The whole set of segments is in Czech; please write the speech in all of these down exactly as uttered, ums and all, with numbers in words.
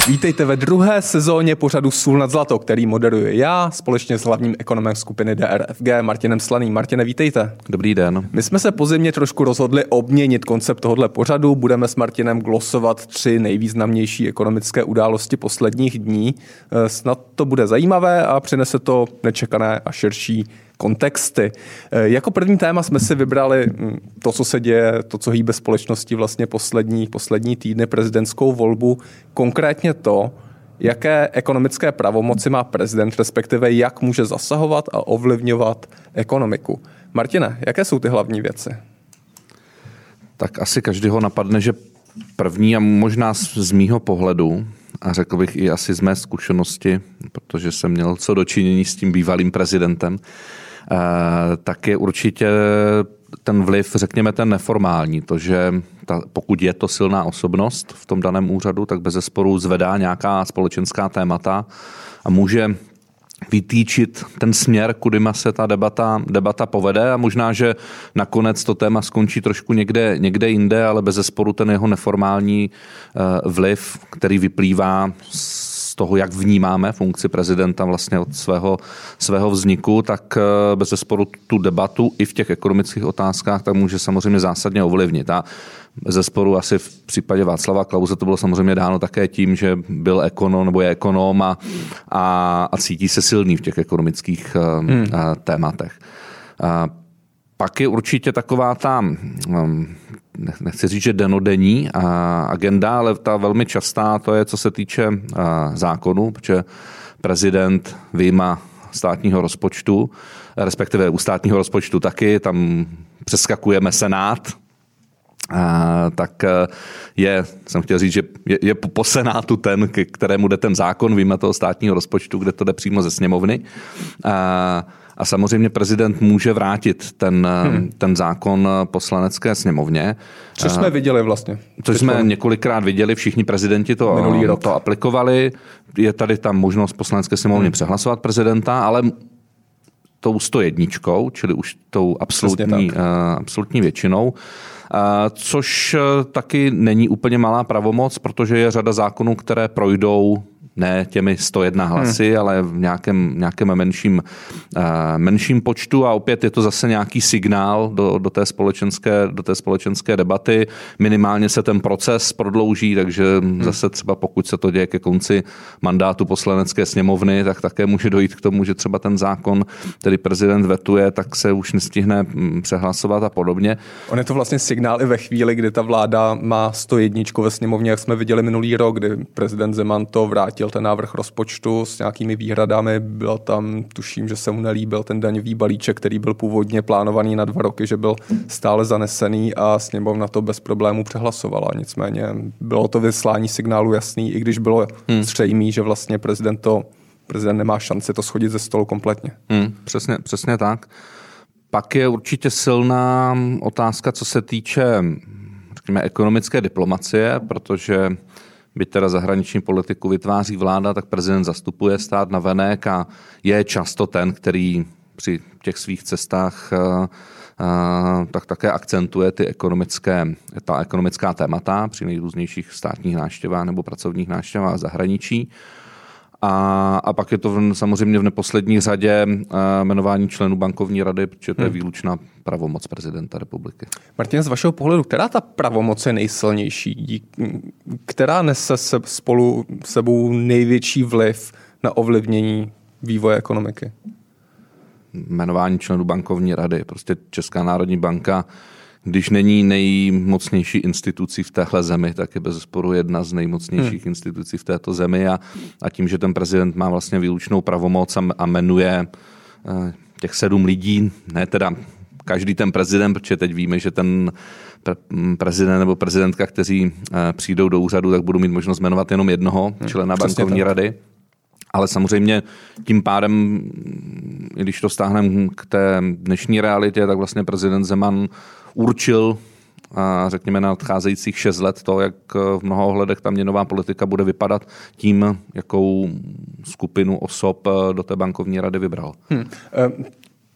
Vítejte ve druhé sezóně pořadu Sůl nad zlato, který moderuje já společně s hlavním ekonomem skupiny D R F G Martinem Slaným. Martine, vítejte. Dobrý den. My jsme se po zimě trošku rozhodli obměnit koncept tohohle pořadu. Budeme s Martinem glosovat tři nejvýznamnější ekonomické události posledních dní. Snad to bude zajímavé a přinese to nečekané a širší kontexty. Jako první téma jsme si vybrali to, co se děje, to, co hýbe společnosti vlastně poslední, poslední týdny, prezidentskou volbu, konkrétně to, jaké ekonomické pravomoci má prezident, respektive jak může zasahovat a ovlivňovat ekonomiku. Martine, jaké jsou ty hlavní věci? Tak asi každého napadne, že první a možná z mýho pohledu, a řekl bych i asi z mé zkušenosti, protože jsem měl co dočinění s tím bývalým prezidentem, tak je určitě ten vliv, řekněme ten neformální, to, že ta, pokud je to silná osobnost v tom daném úřadu, tak bezesporu zvedá nějaká společenská témata a může vytýčit ten směr, kudyma se ta debata, debata povede a možná, že nakonec to téma skončí trošku někde, někde jinde, ale bezesporu ten jeho neformální vliv, který vyplývá z toho, jak vnímáme funkci prezidenta vlastně od svého, svého vzniku, tak bezesporu tu debatu i v těch ekonomických otázkách tak může samozřejmě zásadně ovlivnit. A bezesporu asi v případě Václava Klause to bylo samozřejmě dáno také tím, že byl ekonom nebo je ekonom a, a, a cítí se silný v těch ekonomických hmm. tématech. A pak je určitě taková ta, nechci říct, že denodenní agenda, ale ta velmi častá, to je, co se týče zákonu, protože prezident vyjma státního rozpočtu, respektive u státního rozpočtu taky, tam přeskakujeme Senát, A, tak je, jsem chtěl říct, že je, je po Senátu ten, k kterému jde ten zákon, vyjma toho státního rozpočtu, kde to jde přímo ze sněmovny. A, a samozřejmě prezident může vrátit ten, hmm. ten zákon poslanecké sněmovně. Což jsme viděli vlastně. Což jsme několikrát viděli, všichni prezidenti to, minulý rok to aplikovali. Je tady tam možnost poslanecké sněmovny hmm. přehlasovat prezidenta, ale tou sto jedničkou, čili už tou absolutní, uh, absolutní většinou. Což taky není úplně malá pravomoc, protože je řada zákonů, které projdou ne těmi sto jedna hlasy, hmm. ale v nějakém, nějakém menším, menším počtu a opět je to zase nějaký signál do, do, té společenské, do té společenské debaty. Minimálně se ten proces prodlouží, takže hmm. zase třeba pokud se to děje ke konci mandátu poslanecké sněmovny, tak také může dojít k tomu, že třeba ten zákon, který prezident vetuje, tak se už nestihne přehlasovat a podobně. On je to vlastně signál i ve chvíli, kdy ta vláda má sto jedna ve sněmovně, jak jsme viděli minulý rok, kdy prezident Zeman to vrátil ten návrh rozpočtu s nějakými výhradami. Byl tam, tuším, že se mu nelíbil ten daňový balíček, který byl původně plánovaný na dva roky, že byl stále zanesený a sněmovna to bez problémů přehlasovala. Nicméně bylo to vyslání signálu jasný, i když bylo hmm. zřejmé, že vlastně prezident, to, prezident nemá šanci to schodit ze stolu kompletně. Hmm, přesně, přesně tak. Pak je určitě silná otázka, co se týče řekněme, ekonomické diplomacie, protože byť teda zahraniční politiku vytváří vláda, tak prezident zastupuje stát navenek a je často ten, který při těch svých cestách tak také akcentuje ty ekonomické, ta ekonomická témata při nejrůznějších státních návštěvách nebo pracovních návštěvách zahraničí. A, a pak je to v, samozřejmě v neposlední řadě jmenování členů bankovní rady, protože to je výlučná pravomoc prezidenta republiky. Martin, z vašeho pohledu, která ta pravomoc je nejsilnější? Která nese se spolu sebou největší vliv na ovlivnění vývoje ekonomiky? Jmenování členů bankovní rady. Prostě Česká národní banka, když není nejmocnější institucí v téhle zemi, tak je bezesporu jedna z nejmocnějších hmm. institucí v této zemi a, a tím, že ten prezident má vlastně výlučnou pravomoc a, a jmenuje uh, těch sedm lidí, ne teda každý ten prezident, protože teď víme, že ten pre- prezident nebo prezidentka, kteří uh, přijdou do úřadu, tak budou mít možnost jmenovat jenom jednoho člena hmm, bankovní rady. Ale samozřejmě tím pádem, když to stáhneme k té dnešní realitě, tak vlastně prezident Zeman určil, řekněme, na nadcházejících šest let to, jak v mnoha ohledech ta měnová politika bude vypadat tím, jakou skupinu osob do té bankovní rady vybral. Hmm.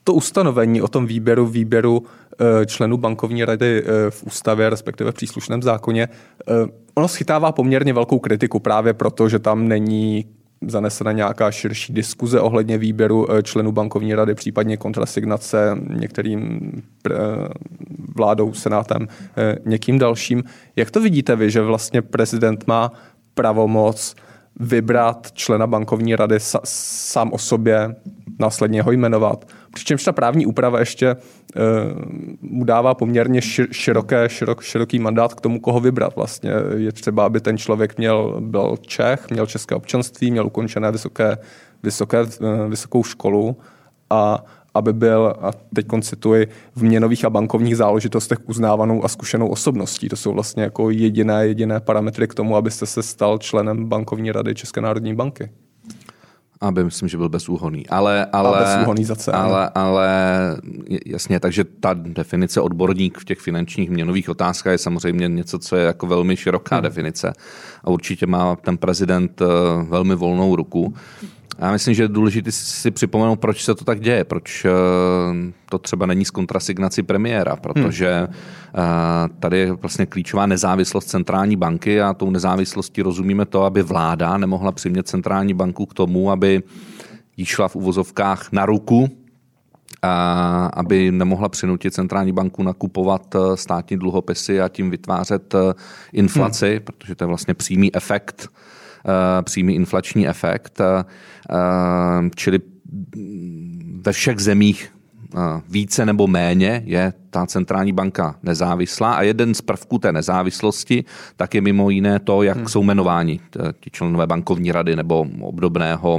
to ustanovení o tom výběru výběru členů bankovní rady v ústavě, respektive v příslušném zákoně, ono schytává poměrně velkou kritiku právě proto, že tam není zanesena nějaká širší diskuze ohledně výběru členů bankovní rady, případně kontrasignace některým vládou, senátem, někým dalším. Jak to vidíte vy, že vlastně prezident má pravomoc vybrat člena bankovní rady sa, sám o sobě, následně ho jmenovat? Přičemž ta právní úprava ještě e, mu dává poměrně šir, široké, širok, široký mandát k tomu, koho vybrat. Vlastně je třeba, aby ten člověk měl, byl Čech, měl české občanství, měl ukončené vysoké, vysoké, e, vysokou školu a aby byl, a teď cituji, v měnových a bankovních záležitostech uznávanou a zkušenou osobností. To jsou vlastně jako jediné, jediné parametry k tomu, abyste se stal členem bankovní rady České národní banky. Aby myslím, že byl bezúhonný. Ale, ale, a bezúhonný za cenu. Ale, ale jasně, takže ta definice odborník v těch finančních měnových otázkách je samozřejmě něco, co je jako velmi široká hmm. definice. A určitě má ten prezident velmi volnou ruku. Já myslím, že je důležité si připomenout, proč se to tak děje, proč to třeba není z kontrasignací premiéra, protože hmm. tady je vlastně klíčová nezávislost centrální banky a tou nezávislostí rozumíme to, aby vláda nemohla přimět centrální banku k tomu, aby jí šla v uvozovkách na ruku, a aby nemohla přinutit centrální banku nakupovat státní dluhopisy a tím vytvářet inflaci, hmm. protože to je vlastně přímý efekt, přímý inflační efekt, čili ve všech zemích více nebo méně je ta centrální banka nezávislá a jeden z prvků té nezávislosti tak je mimo jiné to, jak hmm. jsou jmenováni ti členové bankovní rady nebo obdobného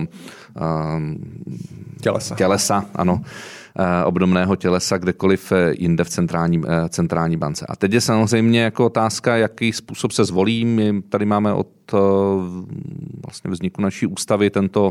tělesa. tělesa ano. obdobného tělesa kdekoliv jinde v centrální, centrální bance. A teď je samozřejmě jako otázka, jaký způsob se zvolí. My tady máme od vlastně vzniku naší ústavy tento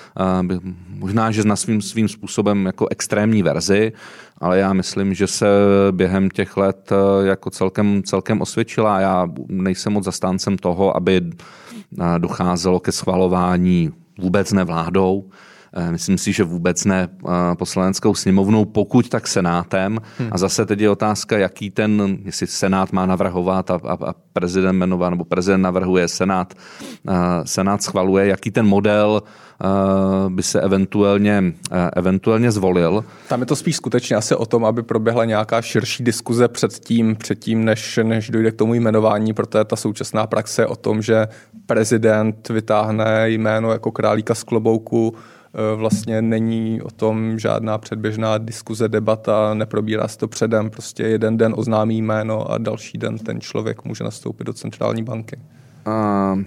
možná, že na svým, svým způsobem jako extrémní verzi, ale já myslím, že se během těch let jako celkem, celkem osvědčila. Já nejsem moc zastáncem toho, aby docházelo ke schvalování vůbec ne vládou. Myslím si, že vůbec ne poslaneckou sněmovnou, pokud tak senátem. Hmm. A zase teď je otázka, jaký ten, jestli senát má navrhovat a, a, a prezident jmenová, nebo prezident navrhuje, senát, senát schvaluje, jaký ten model by se eventuálně, eventuálně zvolil. Tam je to spíš skutečně asi o tom, aby proběhla nějaká širší diskuze předtím, předtím než, než dojde k tomu jmenování, protože ta současná praxe je o tom, že prezident vytáhne jméno jako králíka z klobouku. Vlastně není o tom žádná předběžná diskuze, debata, neprobírá se to předem, prostě jeden den oznámí jméno a další den ten člověk může nastoupit do centrální banky. Uh,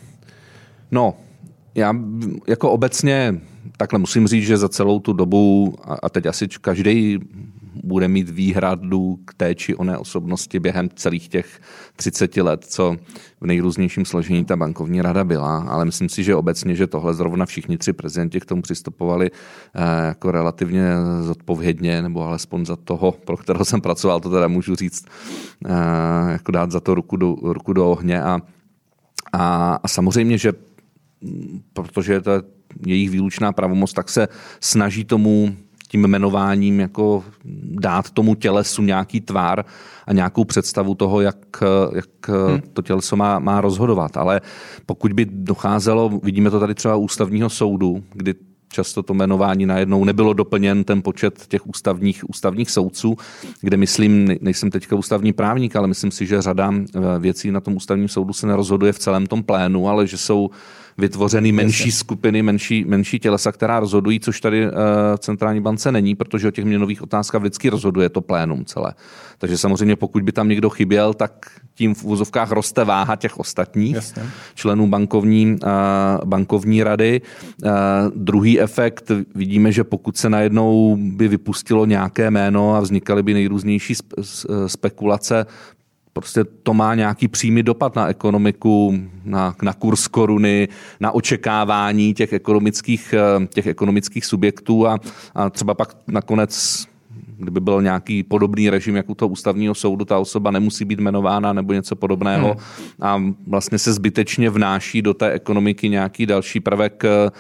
no, já jako obecně takhle musím říct, že za celou tu dobu, a teď asi každý bude mít výhradu k té či oné osobnosti během celých těch třiceti let, co v nejrůznějším složení ta bankovní rada byla, ale myslím si, že obecně, že tohle zrovna všichni tři prezidenti k tomu přistupovali jako relativně zodpovědně, nebo alespoň za toho, pro kterého jsem pracoval, to teda můžu říct, jako dát za to ruku do, ruku do ohně a, a, a samozřejmě, že protože je to jejich výlučná pravomoc, tak se snaží tomu tím jmenováním jako dát tomu tělesu nějaký tvar a nějakou představu toho, jak, jak hmm. to těleso má, má rozhodovat. Ale pokud by docházelo, vidíme to tady třeba u ústavního soudu, kdy často to jmenování najednou nebylo doplněn ten počet těch ústavních, ústavních soudců, kde myslím, nejsem teďka ústavní právník, ale myslím si, že řada věcí na tom ústavním soudu se nerozhoduje v celém tom plénu, ale že jsou vytvořeny menší skupiny, menší, menší tělesa, která rozhodují, což tady v centrální bance není, protože o těch měnových otázkách vždycky rozhoduje to plénum celé. Takže samozřejmě pokud by tam někdo chyběl, tak tím v uvozovkách roste váha těch ostatních Jasně. členů bankovní, bankovní rady. Druhý efekt, vidíme, že pokud se najednou by vypustilo nějaké jméno a vznikaly by nejrůznější spekulace, prostě to má nějaký přímý dopad na ekonomiku, na, na kurz koruny, na očekávání těch ekonomických, těch ekonomických subjektů a, a třeba pak nakonec, kdyby byl nějaký podobný režim, jak u toho ústavního soudu, ta osoba nemusí být jmenována nebo něco podobného hmm. a vlastně se zbytečně vnáší do té ekonomiky nějaký další prvek,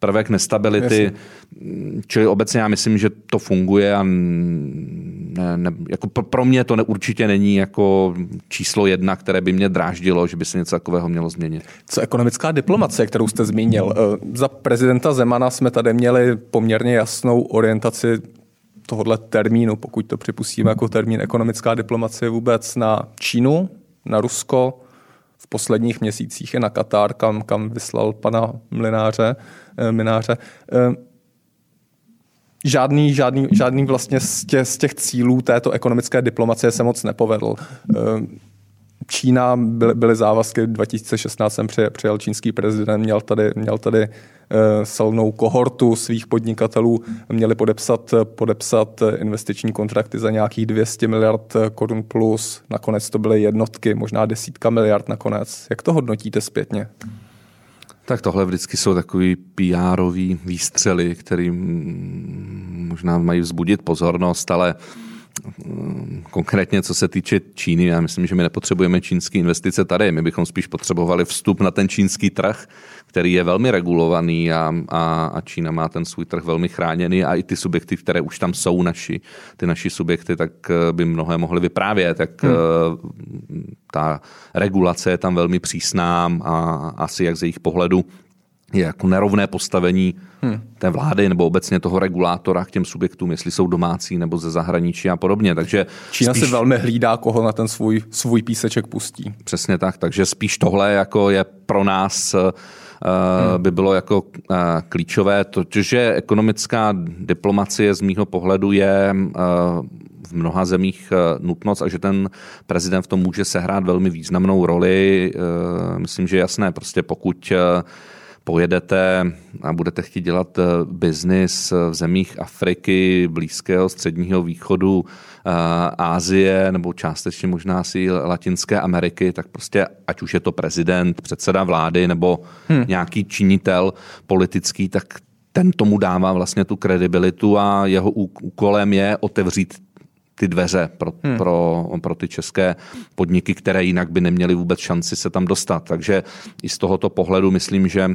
prvek nestability. Jasně. Čili obecně já myslím, že to funguje a ne, ne, jako pro mě to ne, určitě není jako číslo jedna, které by mě dráždilo, že by se něco takového mělo změnit. Co ekonomická diplomacie, kterou jste zmínil? Za prezidenta Zemana jsme tady měli poměrně jasnou orientaci tohohle termínu, pokud to připustíme jako termín ekonomická diplomacie vůbec na Čínu, na Rusko, v posledních měsících je na Katar, kam, kam vyslal pana Mlynáře, eh, Mynáře. Eh, žádný, žádný, žádný vlastně z těch, z těch cílů této ekonomické diplomacie se moc nepovedl. Eh, Čína, byly, byly závazky, dva tisíce šestnáct jsem přijel čínský prezident, měl tady, měl tady uh, silnou kohortu svých podnikatelů, měli podepsat, podepsat investiční kontrakty za nějakých dvě stě miliard korun plus, nakonec to byly jednotky, možná desítka miliard nakonec. Jak to hodnotíte zpětně? Tak tohle vždycky jsou takový P R-ový výstřely, který možná mají vzbudit pozornost, ale konkrétně co se týče Číny, já myslím, že my nepotřebujeme čínské investice tady, my bychom spíš potřebovali vstup na ten čínský trh, který je velmi regulovaný a, a, a Čína má ten svůj trh velmi chráněný a i ty subjekty, které už tam jsou naši, ty naši subjekty, tak by mnohé mohly vyprávět, tak hmm. ta regulace je tam velmi přísná a asi jak z jejich pohledu je jako nerovné postavení hmm. té vlády nebo obecně toho regulátora k těm subjektům, jestli jsou domácí nebo ze zahraničí a podobně. Takže Čína spíš, si velmi hlídá, koho na ten svůj, svůj píseček pustí. Přesně tak, takže spíš tohle jako je pro nás uh, hmm. by bylo jako uh, klíčové, protože ekonomická diplomacie z mýho pohledu je uh, v mnoha zemích uh, nutnost a že ten prezident v tom může sehrát velmi významnou roli. Uh, myslím, že jasné, prostě pokud uh, pojedete a budete chtít dělat biznis v zemích Afriky, Blízkého, Středního východu, Asie nebo částečně možná asi Latinské Ameriky, tak prostě ať už je to prezident, předseda vlády nebo hmm. nějaký činitel politický, tak ten tomu dává vlastně tu kredibilitu a jeho úkolem je otevřít ty dveře pro, hmm. pro, pro ty české podniky, které jinak by neměly vůbec šanci se tam dostat. Takže i z tohoto pohledu myslím, že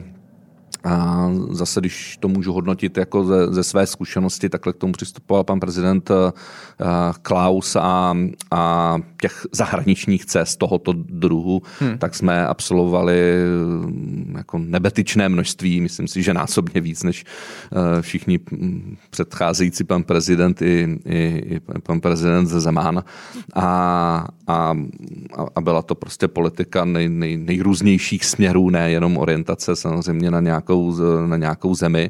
a zase, když to můžu hodnotit jako ze, ze své zkušenosti, takhle k tomu přistupoval pan prezident Klaus a, a těch zahraničních cest tohoto druhu, hmm. tak jsme absolvovali jako nebetyčné množství, myslím si, že násobně víc než všichni předcházející pan prezident i, i, i pan prezident Zeman. A, a, a byla to prostě politika nej, nej, nejrůznějších směrů, ne jenom orientace samozřejmě na nějakou na nějakou zemi.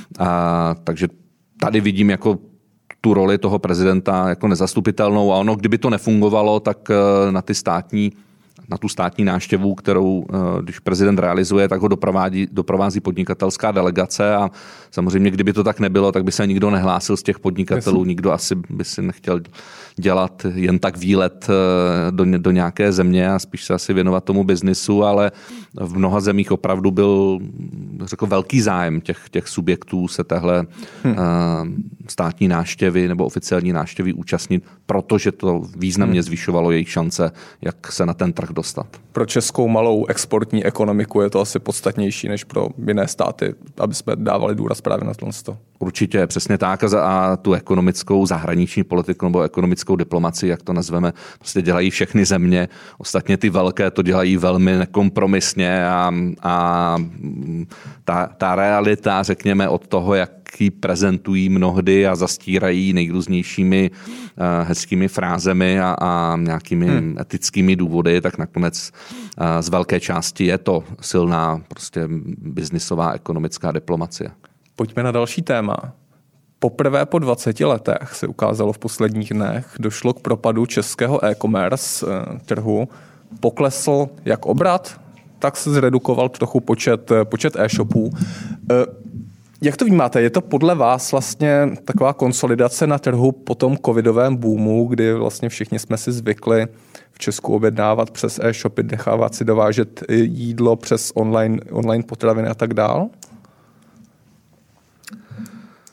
A, takže tady vidím jako tu roli toho prezidenta jako nezastupitelnou a ono, kdyby to nefungovalo, tak na ty státní na tu státní návštěvu, kterou když prezident realizuje, tak ho doprovází, doprovází podnikatelská delegace a samozřejmě, kdyby to tak nebylo, tak by se nikdo nehlásil z těch podnikatelů, Jasně. nikdo asi by si nechtěl dělat jen tak výlet do, do nějaké země a spíš se asi věnovat tomu biznisu, ale v mnoha zemích opravdu byl řekl, velký zájem těch, těch subjektů se téhle hmm. státní návštěvy nebo oficiální návštěvy účastnit, protože to významně hmm. zvyšovalo jejich šance, jak se na ten trh dostat. Pro českou malou exportní ekonomiku je to asi podstatnější než pro jiné státy, aby jsme dávali důraz právě na to. Určitě, přesně tak a tu ekonomickou zahraniční politiku nebo ekonomickou diplomacii, jak to nazveme, prostě dělají všechny země. Ostatně ty velké to dělají velmi nekompromisně a, a ta, ta realita, řekněme, od toho, jak ji prezentují mnohdy a zastírají nejrůznějšími uh, hezkými frázemi a, a nějakými hmm. etickými důvody, tak nakonec uh, z velké části je to silná prostě biznisová ekonomická diplomacie. Pojďme na další téma. Poprvé po dvaceti letech se ukázalo v posledních dnech, došlo k propadu českého e-commerce trhu. Poklesl jak obrat, tak se zredukoval trochu počet, počet e-shopů. Jak to vnímáte? Je to podle vás vlastně taková konsolidace na trhu po tom covidovém boomu, kdy vlastně všichni jsme si zvykli v Česku objednávat přes e-shopy, nechávat si dovážet jídlo přes online, online potraviny a tak dál?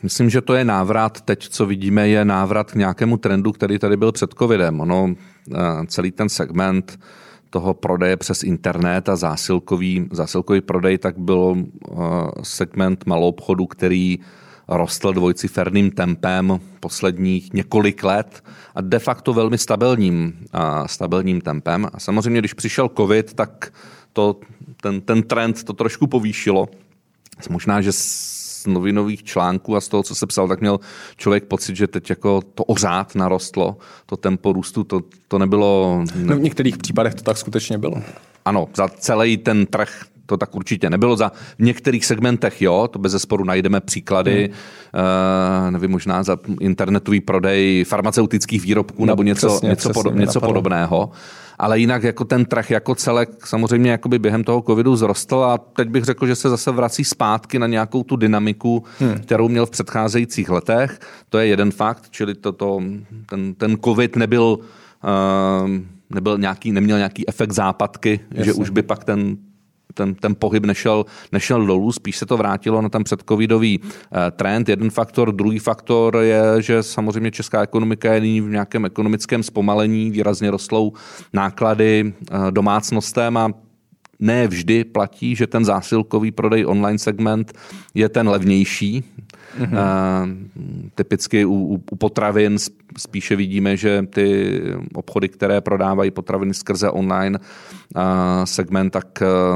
myslím, že to je návrat, teď co vidíme, je návrat k nějakému trendu, který tady byl před covidem. Ono, celý ten segment toho prodeje přes internet a zásilkový, zásilkový prodej, tak byl segment maloobchodu, který rostl dvojciferným tempem posledních několik let a de facto velmi stabilním, stabilním tempem. A samozřejmě, když přišel covid, tak to, ten, ten trend to trošku povýšilo. Možná, že z novinových článků a z toho, co se psal, tak měl člověk pocit, že teď jako to ořád narostlo, to tempo růstu, to, to nebylo... No v některých případech to tak skutečně bylo. Ano, za celý ten trh to tak určitě nebylo. Za v některých segmentech jo, to bezesporu najdeme příklady, hmm. uh, nevím, možná za internetový prodej farmaceutických výrobků no, nebo něco, přesně, něco, přesně pod, něco podobného. Ale jinak jako ten trh jako celek samozřejmě jakoby během toho covidu zrostl a teď bych řekl, že se zase vrací zpátky na nějakou tu dynamiku, hmm. kterou měl v předcházejících letech. To je jeden fakt, čili toto, ten, ten covid nebyl, uh, nebyl nějaký, neměl nějaký efekt západky, Jasně. že už by pak ten Ten, ten pohyb nešel, nešel dolů, spíš se to vrátilo na ten předcovidový eh, trend. Jeden faktor, druhý faktor je, že samozřejmě česká ekonomika je nyní v nějakém ekonomickém zpomalení, výrazně rostlou náklady eh, domácnostem a ne vždy platí, že ten zásilkový prodej online segment je ten levnější. Mm-hmm. Uh, typicky u, u potravin spíše vidíme, že ty obchody, které prodávají potraviny skrze online uh, segment, tak uh,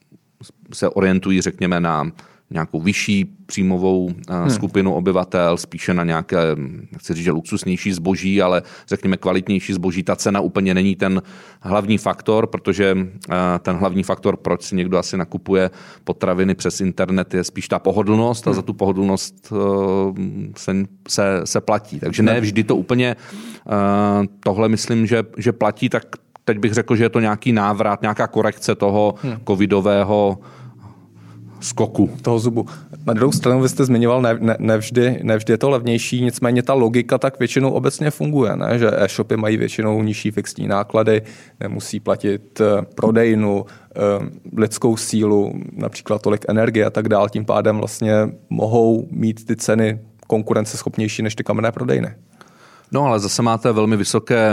se orientují, řekněme, na nějakou vyšší příjmovou uh, hmm. skupinu obyvatel, spíše na nějaké, nechci říct, že luxusnější zboží, ale řekněme kvalitnější zboží. Ta cena úplně není ten hlavní faktor, protože uh, ten hlavní faktor, proč si někdo asi nakupuje potraviny přes internet, je spíš ta pohodlnost hmm. a za tu pohodlnost uh, se, se, se platí. Takže ne vždy to úplně uh, tohle myslím, že, že platí, tak teď bych řekl, že je to nějaký návrat, nějaká korekce toho hmm. covidového skoku. Toho zubu. Na druhou stranu vy jste zmiňoval, ne, ne, nevždy, nevždy je to levnější, nicméně ta logika tak většinou obecně funguje, ne? Že e-shopy mají většinou nižší fixní náklady, nemusí platit prodejnu, lidskou sílu, například tolik energie a tak dál, tím pádem vlastně mohou mít ty ceny konkurenceschopnější než ty kamenné prodejny. No ale zase máte velmi vysoké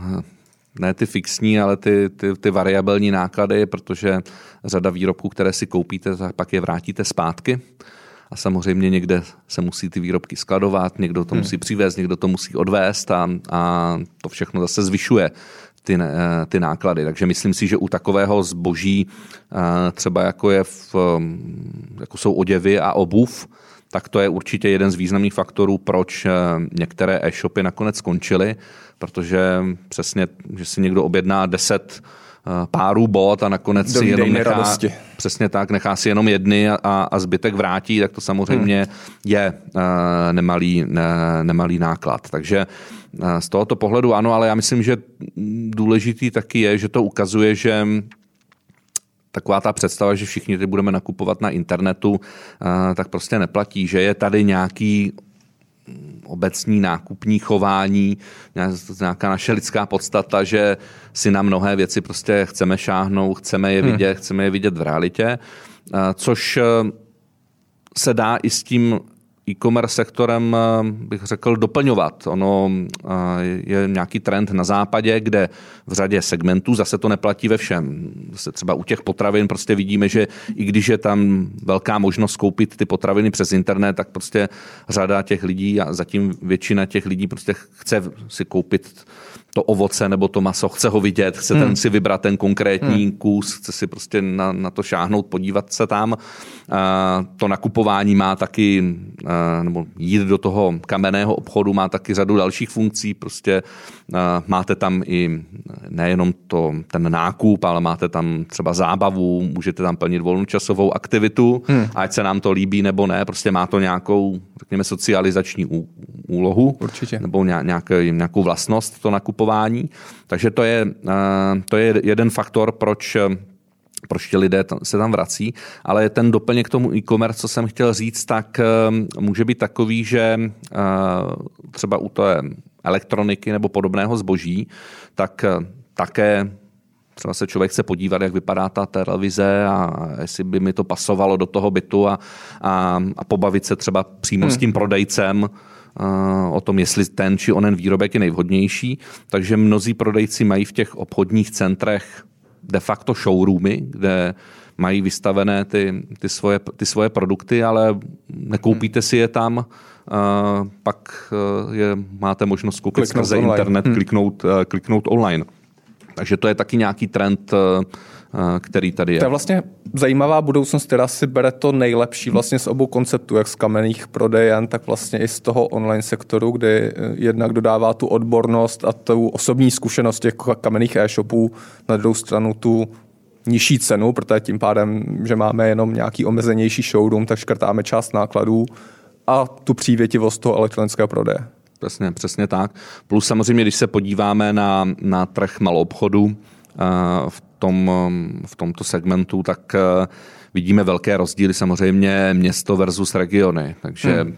ne ty fixní, ale ty, ty, ty variabilní náklady, protože řada výrobků, které si koupíte, tak pak je vrátíte zpátky. A samozřejmě někde se musí ty výrobky skladovat, někdo to hmm. musí přivést, někdo to musí odvést a, a to všechno zase zvyšuje ty, ty náklady. Takže myslím si, že u takového zboží, třeba jako, je v, jako jsou oděvy a obuv, tak to je určitě jeden z významných faktorů, proč některé e-shopy nakonec skončily, protože přesně, že si někdo objedná deset párů bot a nakonec si jenom nechá, radosti. Přesně tak, nechá si jenom jedny a, a zbytek vrátí, tak to samozřejmě hmm. je uh, nemalý, ne, nemalý náklad. Takže uh, z tohoto pohledu ano, ale já myslím, že důležitý taky je, že to ukazuje, že taková ta představa, že všichni ty budeme nakupovat na internetu, uh, tak prostě neplatí, že je tady nějaký obecní nákupní chování, nějaká naše lidská podstata, že si na mnohé věci prostě chceme šáhnout, chceme je vidět, hmm. chceme je vidět v realitě, což se dá i s tím e-commerce sektorem, bych řekl, doplňovat. Ono je nějaký trend na západě, kde v řadě segmentů, zase to neplatí ve všem. Zase třeba u těch potravin prostě vidíme, že i když je tam velká možnost koupit ty potraviny přes internet, tak prostě řada těch lidí a zatím většina těch lidí prostě chce si koupit to ovoce nebo to maso, chce ho vidět, chce hmm. ten si vybrat ten konkrétní hmm. kus, chce si prostě na, na to šáhnout, podívat se tam. A to nakupování má taky, nebo jít do toho kamenného obchodu má taky řadu dalších funkcí. Prostě máte tam i nejenom to, ten nákup, ale máte tam třeba zábavu, můžete tam plnit volnočasovou aktivitu, hmm. ať se nám to líbí nebo ne, prostě má to nějakou, řekněme, socializační úlohu. Určitě. Nebo nějaký, nějakou vlastnost to nakupování. Takže to je, to je jeden faktor, proč proč ti lidé se tam vrací, ale ten doplněk k tomu e-commerce, co jsem chtěl říct, tak může být takový, že třeba u té elektroniky nebo podobného zboží, tak také třeba se člověk chce podívat, jak vypadá ta televize a jestli by mi to pasovalo do toho bytu a, a, a pobavit se třeba přímo hmm. s tím prodejcem o tom, jestli ten či onen výrobek je nejvhodnější. Takže mnozí prodejci mají v těch obchodních centrech de facto showroomy, kde mají vystavené ty, ty, svoje, ty svoje produkty, ale nekoupíte si je tam, uh, pak je, máte možnost koupit kliknout skrze online. internet, hmm. kliknout, uh, kliknout online. Takže to je taky nějaký trend, uh, který tady je. To je vlastně zajímavá budoucnost, která si bere to nejlepší vlastně z obou konceptů, jak z kamenných prodejen, tak vlastně i z toho online sektoru, kdy jednak dodává tu odbornost a tu osobní zkušenost těch kamenných e-shopů, na druhou stranu tu nižší cenu, protože tím pádem, že máme jenom nějaký omezenější showroom, tak škrtáme část nákladů a tu přívětivost toho elektronického prodeje. Přesně, přesně tak. Plus samozřejmě, když se podíváme na, na trh maloobchodu v, tom, v tomto segmentu, tak vidíme velké rozdíly samozřejmě město versus regiony. Takže hmm.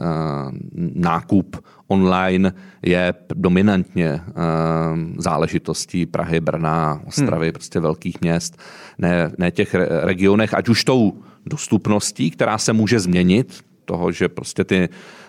nákup online je dominantně záležitostí Prahy, Brna, Ostravy, hmm. prostě velkých měst, ne, ne těch regionech, ať už tou dostupností, která se může změnit, toho, že prostě ty,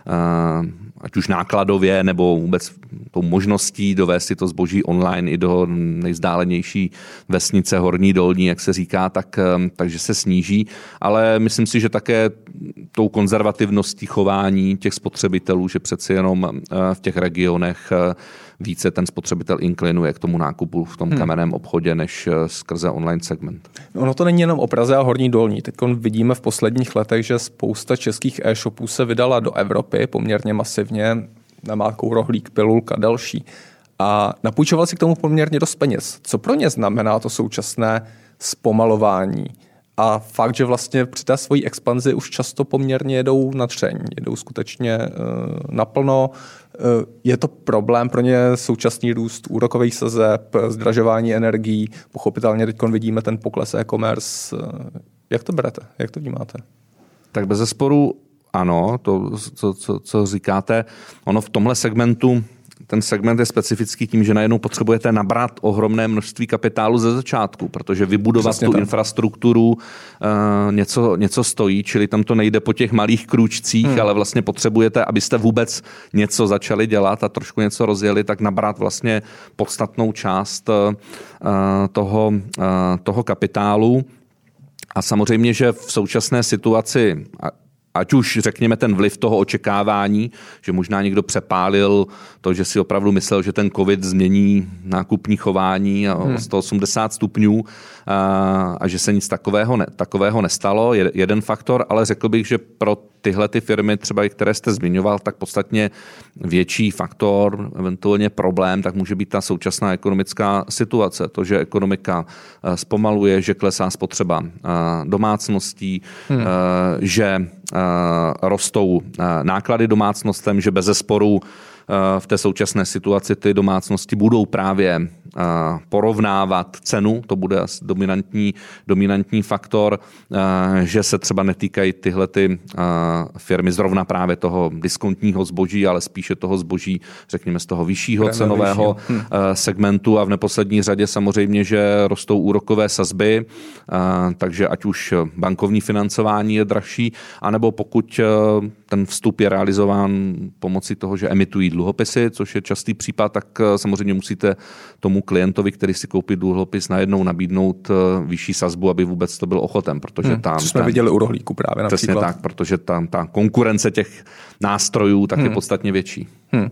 ať už nákladově nebo vůbec tou možností dovést si to zboží online i do nejzdálenější vesnice, horní, dolní, jak se říká, tak, takže se sníží. Ale myslím si, že také tou konzervativností chování těch spotřebitelů, že přeci jenom v těch regionech více ten spotřebitel inklinuje k tomu nákupu v tom hmm. kamenném obchodě, než skrze online segment. Ono to není jenom o Praze a horní dolní. Teď vidíme v posledních letech, že spousta českých e-shopů se vydala do Evropy poměrně masivně, Namátkou, Rohlík, Pilulka, další. A napůjčoval si k tomu poměrně dost peněz. Co pro ně znamená to současné zpomalování? A fakt, že vlastně při té svojí expanzi už často poměrně jedou na třeň, jedou skutečně uh, naplno. Uh, je to problém pro ně současný růst úrokových sazeb, zdražování energií. Pochopitelně teď vidíme ten pokles e-commerce. Uh, jak to berete? Jak to vnímáte? Tak bezesporu ano, to, co, co, co říkáte. Ono v tomhle segmentu, ten segment je specifický tím, že najednou potřebujete nabrat ohromné množství kapitálu ze začátku, protože vybudovat Přesně tu tak. infrastrukturu uh, něco, něco stojí, čili tam to nejde po těch malých krůčcích, hmm. ale vlastně potřebujete, abyste vůbec něco začali dělat a trošku něco rozjeli, tak nabrat vlastně podstatnou část uh, toho, uh, toho kapitálu. A samozřejmě, že v současné situaci, ať už řekněme ten vliv toho očekávání, že možná někdo přepálil to, že si opravdu myslel, že ten covid změní nákupní chování o hmm. sto osmdesát stupňů a, a že se nic takového, ne, takového nestalo, je jeden faktor, ale řekl bych, že pro tyhle ty firmy, třeba i které jste zmiňoval, tak podstatně větší faktor, eventuálně problém, tak může být ta současná ekonomická situace. To, že ekonomika zpomaluje, že klesá spotřeba domácností, hmm. že rostou náklady domácnostem, že bezesporu v té současné situaci ty domácnosti budou právě porovnávat cenu, to bude dominantní, dominantní faktor, že se třeba netýkají tyhle ty firmy zrovna právě toho diskontního zboží, ale spíše toho zboží, řekněme, z toho vyššího Právě cenového vyššího. Hm. segmentu a v neposlední řadě samozřejmě, že rostou úrokové sazby, takže ať už bankovní financování je dražší, anebo pokud ten vstup je realizován pomocí toho, že emitují dluhopisy, což je častý případ, tak samozřejmě musíte tomu klientovi, který si koupí dluhopis, najednou nabídnout vyšší sazbu, aby vůbec to byl ochoten, protože hmm, tam... Co jsme tam, viděli u Rohlíku právě například. Přesně tak, protože tam ta konkurence těch nástrojů tak hmm. je podstatně větší. Hmm.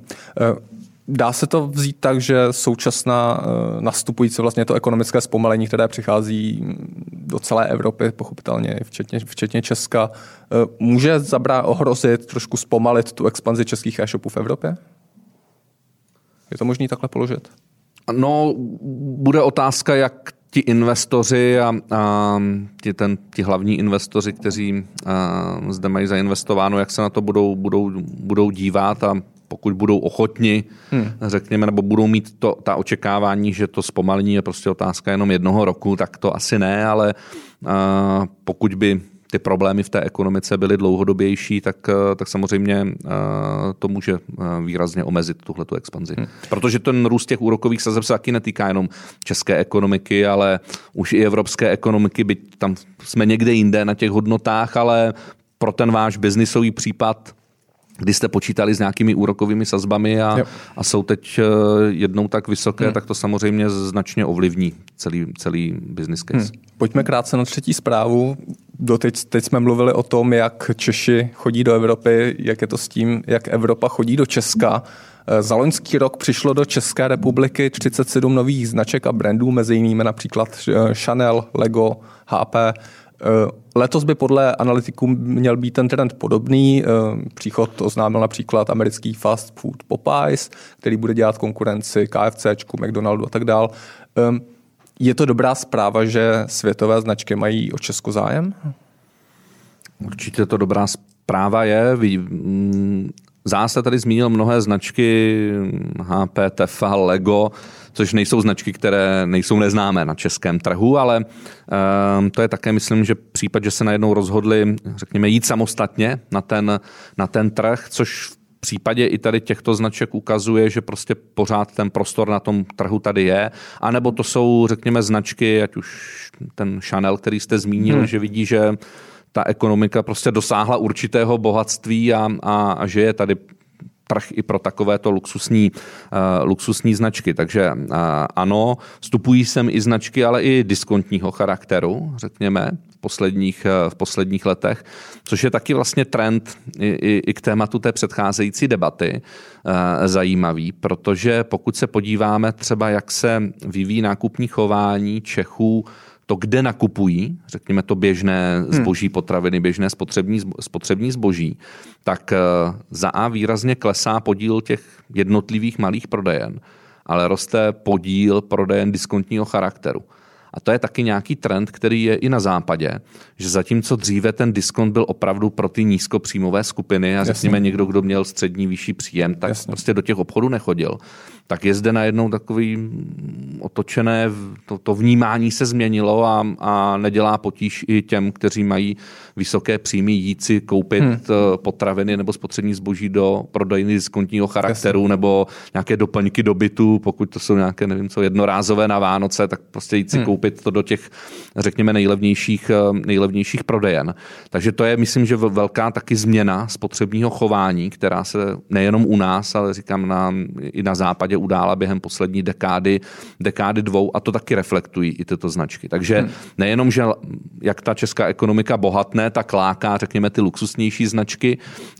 Dá se to vzít tak, že současná nastupující vlastně to ekonomické zpomalení, které přichází do celé Evropy, pochopitelně včetně, včetně Česka, může zabrát, ohrozit, trošku zpomalit tu expanzi českých e-shopů v Evropě? Je to možné takhle položit? No, bude otázka, jak ti investoři a, a ti, ten, ti hlavní investoři, kteří a, zde mají zainvestováno, jak se na to budou, budou, budou dívat a pokud budou ochotni, hmm. řekněme, nebo budou mít to, ta očekávání, že to zpomalení je prostě otázka jenom jednoho roku, tak to asi ne, ale a, pokud by ty problémy v té ekonomice byly dlouhodobější, tak, tak samozřejmě to může výrazně omezit tuhletu expanzi. Hmm. Protože ten růst těch úrokových sazeb se taky netýká jenom české ekonomiky, ale už i evropské ekonomiky, byť tam jsme někde jinde na těch hodnotách, ale pro ten váš biznisový případ, kdy jste počítali s nějakými úrokovými sazbami a, a jsou teď jednou tak vysoké, hmm. tak to samozřejmě značně ovlivní celý, celý business case. Hmm. Pojďme krátce na třetí zprávu. Doteď, teď jsme mluvili o tom, jak Češi chodí do Evropy, jak je to s tím, jak Evropa chodí do Česka. Za loňský rok přišlo do České republiky třicet sedm nových značek a brandů, mezi jinými například Chanel, Lego, H P. Letos by podle analytiků měl být ten trend podobný. Příchod oznámil například americký fast food Popeyes, který bude dělat konkurenci KFCčku, McDonaldu a tak dál. Je to dobrá zpráva, že světové značky mají o Česko zájem? Určitě to dobrá zpráva je. Zase tady zmínil mnohé značky H P, Tefal, Lego, což nejsou značky, které nejsou neznámé na českém trhu, ale um, to je také, myslím, že případ, že se najednou rozhodli, řekněme, jít samostatně na ten, na ten trh, což v případě i tady těchto značek ukazuje, že prostě pořád ten prostor na tom trhu tady je, anebo to jsou, řekněme, značky, ať už ten Chanel, který jste zmínil, hmm. že vidí, že ta ekonomika prostě dosáhla určitého bohatství a, a, a že je tady trh i pro takovéto luxusní, uh, luxusní značky. Takže uh, ano, vstupují sem i značky, ale i diskontního charakteru, řekněme, v posledních, uh, v posledních letech, což je taky vlastně trend i, i, i k tématu té předcházející debaty uh, zajímavý, protože pokud se podíváme třeba, jak se vyvíjí nákupní chování Čechů, to, kde nakupují, řekněme to běžné zboží, potraviny, běžné spotřební, spotřební zboží, tak za A výrazně klesá podíl těch jednotlivých malých prodejen, ale roste podíl prodejen diskontního charakteru. A to je taky nějaký trend, který je i na západě, že zatímco dříve ten diskont byl opravdu pro ty nízkopříjmové skupiny a řekněme Jasně. někdo, kdo měl střední vyšší příjem, tak Jasně. prostě do těch obchodů nechodil. Tak je zde najednou takový otočené, to, to vnímání se změnilo a, a nedělá potíž i těm, kteří mají vysoké příjmy jít si koupit hmm. potraviny nebo spotřební zboží do prodejny diskontního charakteru Jasně. nebo nějaké doplňky do bytu, pokud to jsou nějaké, nevím co, jednorázové na Vánoce, tak prostě jít si hmm. koupit to do těch, řekněme, nejlevnějších, nejlevnějších prodejen. Takže to je, myslím, že velká taky změna spotřebního chování, která se nejenom u nás, ale říkám na, i na západě udála během poslední dekády, dekády dvou a to taky reflektují i tyto značky. Takže hmm. nejenom, že jak ta česká ekonomika bohatne, tak láká, řekněme, ty luxusnější značky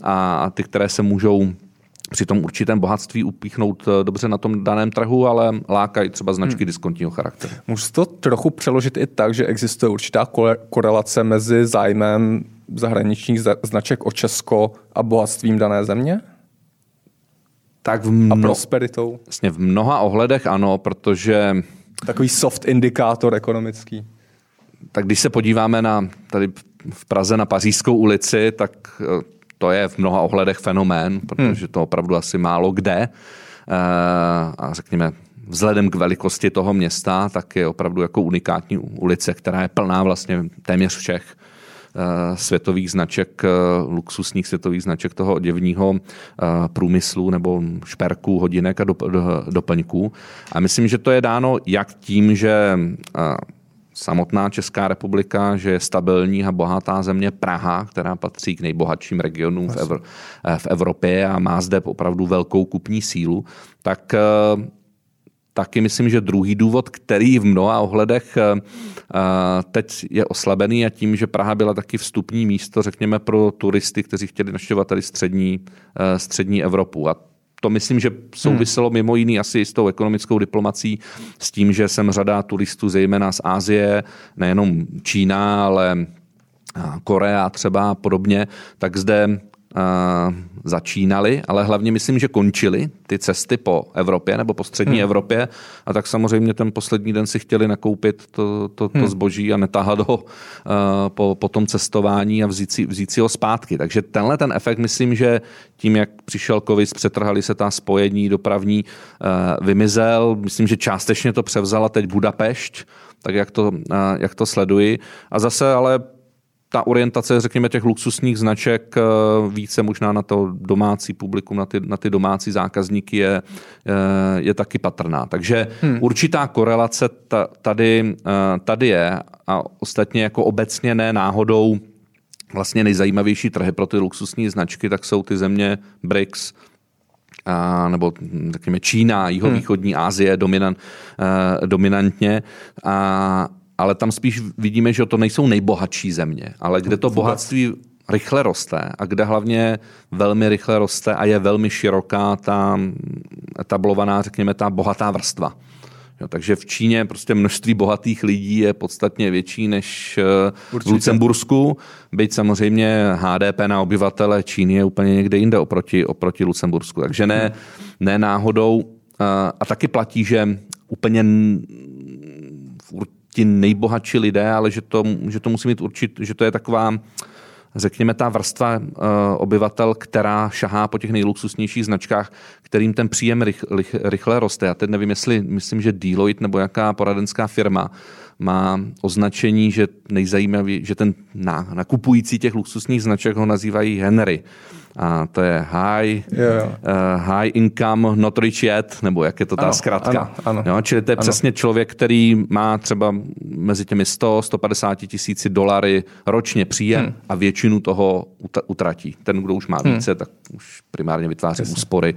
a ty, které se můžou při tom určitém bohatství upíchnout dobře na tom daném trhu, ale lákají třeba značky hmm. diskontního charakteru. Můžu to trochu přeložit i tak, že existuje určitá korelace mezi zájmem zahraničních značek o Česko a bohatstvím dané země? Tak v mno... A prosperitou? Vlastně v mnoha ohledech ano, protože... Takový soft indikátor ekonomický. Tak když se podíváme na tady v Praze na Pařížskou ulici, tak to je v mnoha ohledech fenomén, protože to opravdu asi málo kde. A řekněme, vzhledem k velikosti toho města, tak je opravdu jako unikátní ulice, která je plná vlastně téměř všech světových značek, luxusních světových značek toho oděvního průmyslu nebo šperků, hodinek a doplňků. A myslím, že to je dáno jak tím, že samotná Česká republika, že je stabilní a bohatá země Praha, která patří k nejbohatším regionům v, Evro- v Evropě a má zde opravdu velkou kupní sílu, tak taky myslím, že druhý důvod, který v mnoha ohledech teď je oslabený a tím, že Praha byla taky vstupní místo, řekněme, pro turisty, kteří chtěli navštěvovat tady střední, střední Evropu. A to myslím, že souviselo mimo jiný asi s tou ekonomickou diplomací, s tím, že sem řada turistů, zejména z Asie, nejenom Čína, ale Korea třeba a podobně, tak zde Uh, začínali, ale hlavně myslím, že končili ty cesty po Evropě nebo po střední hmm. Evropě a tak samozřejmě ten poslední den si chtěli nakoupit to, to, to hmm. zboží a netáhat ho uh, po, po tom cestování a vzít si, vzít si ho zpátky. Takže tenhle ten efekt myslím, že tím, jak přišel covid, přetrhali se ta spojení dopravní, uh, vymizel. Myslím, že částečně to převzala teď Budapešť, tak jak to, uh, jak to sleduji. A zase ale ta orientace, řekněme, těch luxusních značek více možná na to domácí publikum, na ty, na ty domácí zákazníky je, je taky patrná. Takže hmm. určitá korelace tady, tady je a ostatně jako obecně ne náhodou vlastně nejzajímavější trhy pro ty luxusní značky, tak jsou ty země B R I C S, a, nebo řekněme Čína, jihovýchodní hmm. Asie dominant, uh, dominantně, a, ale tam spíš vidíme, že to nejsou nejbohatší země, ale kde to bohatství rychle roste a kde hlavně velmi rychle roste a je velmi široká ta etablovaná, řekněme, ta bohatá vrstva. Jo, takže v Číně prostě množství bohatých lidí je podstatně větší než Určitě. v Lucembursku, byť samozřejmě H D P na obyvatele Číny je úplně někde jinde oproti, oproti Lucembursku. Takže ne, ne náhodou. A taky platí, že úplně ti nejbohatší lidé, ale že to, že to musí mít určit, že to je taková, řekněme, ta vrstva uh, obyvatel, která šahá po těch nejluxusnějších značkách, kterým ten příjem rych, rych, rychle roste. Já teď nevím, jestli, myslím, že Deloitte nebo jaká poradenská firma má označení, že nejzajímavější, že ten nakupující těch luxusních značek ho nazývají Henry. A to je high, yeah. uh, high income, not rich yet, nebo jak je to ta ano, zkratka. Ano, ano, jo, čili to je ano. přesně člověk, který má třeba mezi těmi sto až sto padesát tisíci dolary ročně příjem hmm. a většinu toho utratí. Ten, kdo už má více, hmm. tak už primárně vytváří Přesně. úspory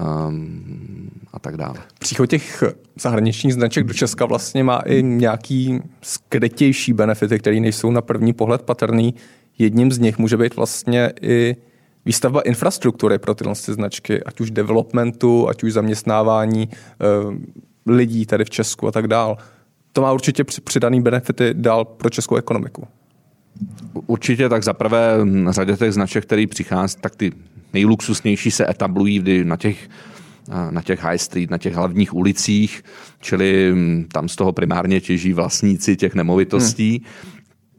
um, a tak dále. Příchod těch zahraničních značek do Česka vlastně má i nějaký skrytější benefity, které nejsou na první pohled patrný. Jedním z nich může být vlastně i výstavba infrastruktury pro tyhle značky, ať už developmentu, ať už zaměstnávání e, lidí tady v Česku a tak dál. To má určitě přidaný benefity dál pro českou ekonomiku. Určitě, tak za prvé řadě těch značek, který přichází, tak ty nejluxusnější se etablují vždy na těch, na těch high street, na těch hlavních ulicích, čili tam z toho primárně těží vlastníci těch nemovitostí. Hmm.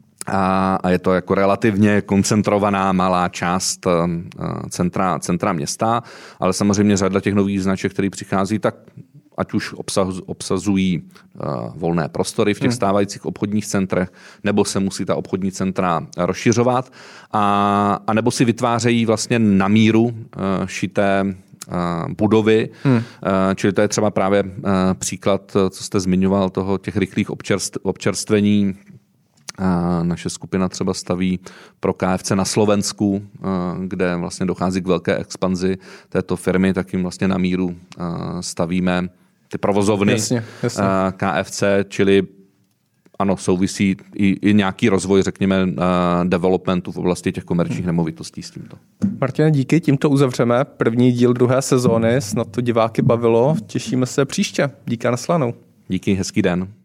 A, a je to jako relativně koncentrovaná malá část centra, centra města, ale samozřejmě řada těch nových značek, které přichází, tak ať už obsaz, obsazují uh, volné prostory v těch stávajících obchodních centrech, nebo se musí ta obchodní centra rozšiřovat, a, a nebo si vytvářejí vlastně na míru uh, šité uh, budovy. Hmm. Uh, čili to je třeba právě uh, příklad, co jste zmiňoval, toho těch rychlých občerst, občerstvení. A naše skupina třeba staví pro K F C na Slovensku, kde vlastně dochází k velké expanzi této firmy, tak jim vlastně na míru stavíme ty provozovny jasně, jasně. K F C, čili ano, souvisí i, i nějaký rozvoj, řekněme, developmentu v oblasti těch komerčních nemovitostí s tímto. Martine, díky, tímto uzavřeme první díl druhé sezóny, snad to diváky bavilo, těšíme se příště. Díky, naslanou. Díky, hezký den.